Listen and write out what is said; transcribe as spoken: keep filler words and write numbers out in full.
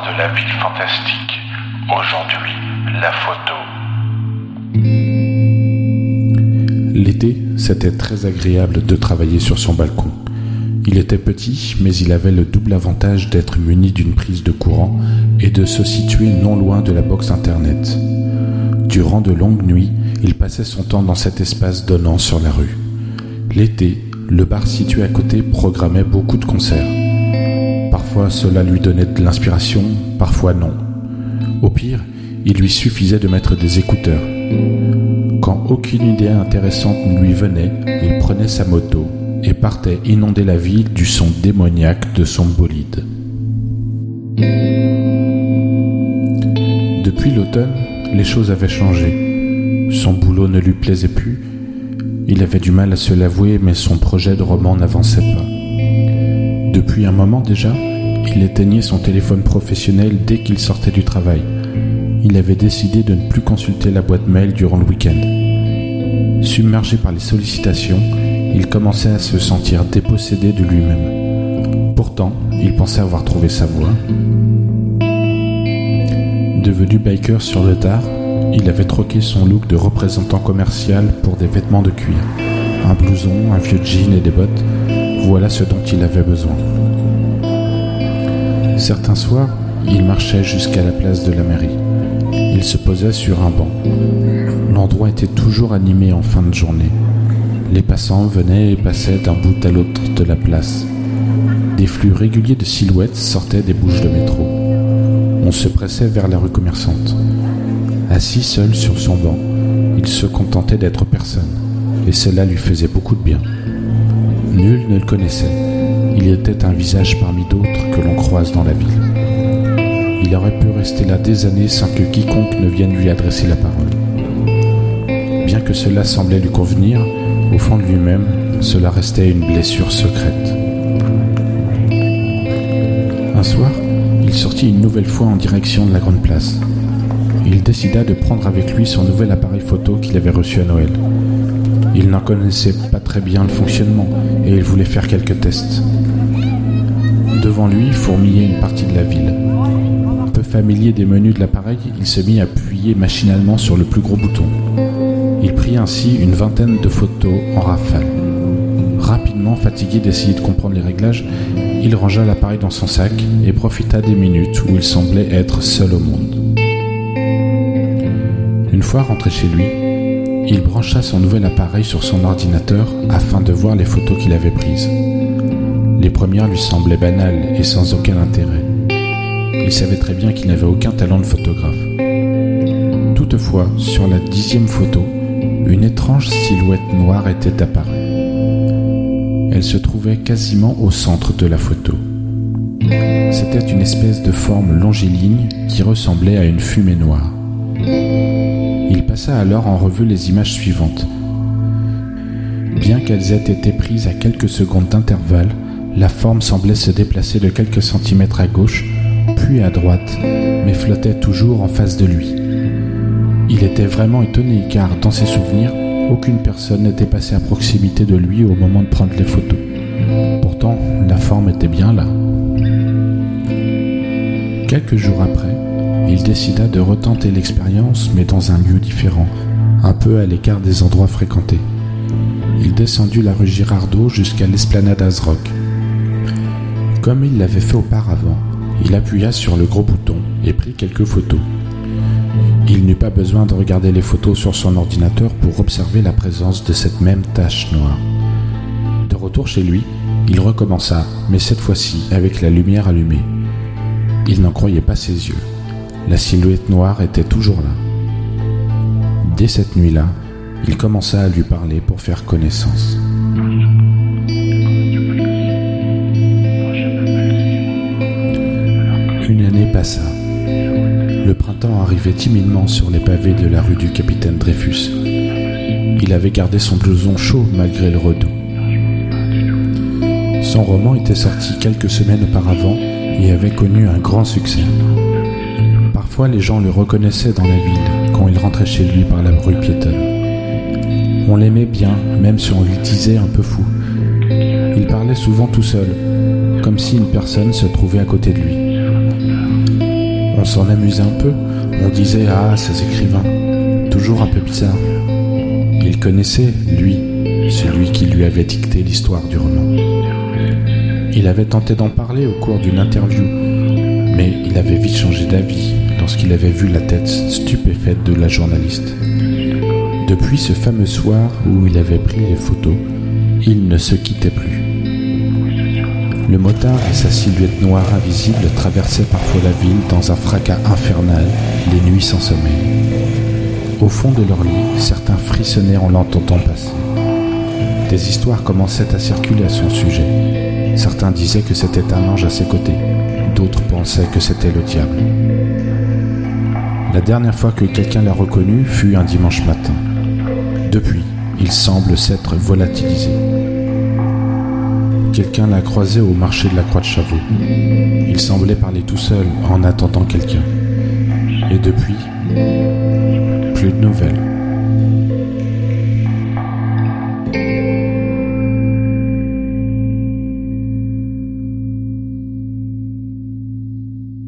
de la ville fantastique. Aujourd'hui, la photo. L'été, c'était très agréable de travailler sur son balcon. Il était petit, mais il avait le double avantage d'être muni d'une prise de courant et de se situer non loin de la box internet. Durant de longues nuits, il passait son temps dans cet espace donnant sur la rue. L'été, le bar situé à côté programmait beaucoup de concerts. Parfois, cela lui donnait de l'inspiration, parfois non. Au pire, il lui suffisait de mettre des écouteurs. Quand aucune idée intéressante ne lui venait, il prenait sa moto et partait inonder la ville du son démoniaque de son bolide. Depuis l'automne, les choses avaient changé. Son boulot ne lui plaisait plus. Il avait du mal à se l'avouer, mais son projet de roman n'avançait pas. Depuis un moment déjà, il éteignait son téléphone professionnel dès qu'il sortait du travail. Il avait décidé de ne plus consulter la boîte mail durant le week-end. Submergé par les sollicitations, il commençait à se sentir dépossédé de lui-même. Pourtant, il pensait avoir trouvé sa voie. Devenu biker sur le tard, il avait troqué son look de représentant commercial pour des vêtements de cuir. Un blouson, un vieux jean et des bottes, voilà ce dont il avait besoin. Certains soirs, il marchait jusqu'à la place de la mairie. Il se posait sur un banc. L'endroit était toujours animé en fin de journée. Les passants venaient et passaient d'un bout à l'autre de la place. Des flux réguliers de silhouettes sortaient des bouches de métro. On se pressait vers la rue commerçante. Assis seul sur son banc, il se contentait d'être personne, et cela lui faisait beaucoup de bien. Nul ne le connaissait. Il était un visage parmi d'autres que l'on croise dans la ville. Il aurait pu rester là des années sans que quiconque ne vienne lui adresser la parole. Bien que cela semblait lui convenir, au fond de lui-même, cela restait une blessure secrète. Un soir, il sortit une nouvelle fois en direction de la grande place. Il décida de prendre avec lui son nouvel appareil photo qu'il avait reçu à Noël. Il n'en connaissait pas très bien le fonctionnement et il voulait faire quelques tests. Devant lui fourmillait une partie de la ville. Peu familier des menus de l'appareil, il se mit à appuyer machinalement sur le plus gros bouton. Il prit ainsi une vingtaine de photos en rafale. Rapidement fatigué d'essayer de comprendre les réglages, il rangea l'appareil dans son sac et profita des minutes où il semblait être seul au monde. Une fois rentré chez lui, il brancha son nouvel appareil sur son ordinateur afin de voir les photos qu'il avait prises. Les premières lui semblaient banales et sans aucun intérêt. Il savait très bien qu'il n'avait aucun talent de photographe. Toutefois, sur la dixième photo, une étrange silhouette noire était apparue. Elle se trouvait quasiment au centre de la photo. C'était une espèce de forme longiligne qui ressemblait à une fumée noire. Il passa alors en revue les images suivantes. Bien qu'elles aient été prises à quelques secondes d'intervalle, la forme semblait se déplacer de quelques centimètres à gauche, puis à droite, mais flottait toujours en face de lui. Il était vraiment étonné car, dans ses souvenirs, aucune personne n'était passée à proximité de lui au moment de prendre les photos. Pourtant, la forme était bien là. Quelques jours après, il décida de retenter l'expérience, mais dans un lieu différent, un peu à l'écart des endroits fréquentés. Il descendit la rue Girardot jusqu'à l'esplanade Azrock. Comme il l'avait fait auparavant, il appuya sur le gros bouton et prit quelques photos. Il n'eut pas besoin de regarder les photos sur son ordinateur pour observer la présence de cette même tache noire. De retour chez lui, il recommença, mais cette fois-ci avec la lumière allumée. Il n'en croyait pas ses yeux. La silhouette noire était toujours là. Dès cette nuit-là, il commença à lui parler pour faire connaissance. Une année passa. Le printemps arrivait timidement sur les pavés de la rue du Capitaine Dreyfus. Il avait gardé son blouson chaud malgré le redout. Son roman était sorti quelques semaines auparavant et avait connu un grand succès. Parfois, les gens le reconnaissaient dans la ville quand il rentrait chez lui par la rue piétonne. On l'aimait bien, même si on lui disait un peu fou. Il parlait souvent tout seul, comme si une personne se trouvait à côté de lui. On s'en amusait un peu. On disait « Ah, ces écrivains, toujours un peu bizarres. » Il connaissait, lui, celui qui lui avait dicté l'histoire du roman. Il avait tenté d'en parler au cours d'une interview, mais il avait vite changé d'avis lorsqu'il avait vu la tête stupéfaite de la journaliste. Depuis ce fameux soir où il avait pris les photos, il ne se quittait plus. Le motard et sa silhouette noire invisible traversaient parfois la ville dans un fracas infernal, les nuits sans sommeil. Au fond de leur lit, certains frissonnaient en l'entendant passer. Des histoires commençaient à circuler à son sujet. Certains disaient que c'était un ange à ses côtés, d'autres pensaient que c'était le diable. La dernière fois que quelqu'un l'a reconnu fut un dimanche matin. Depuis, il semble s'être volatilisé. Quelqu'un l'a croisé au marché de la Croix de Chavaux. Il semblait parler tout seul en attendant quelqu'un. Et depuis, plus de nouvelles.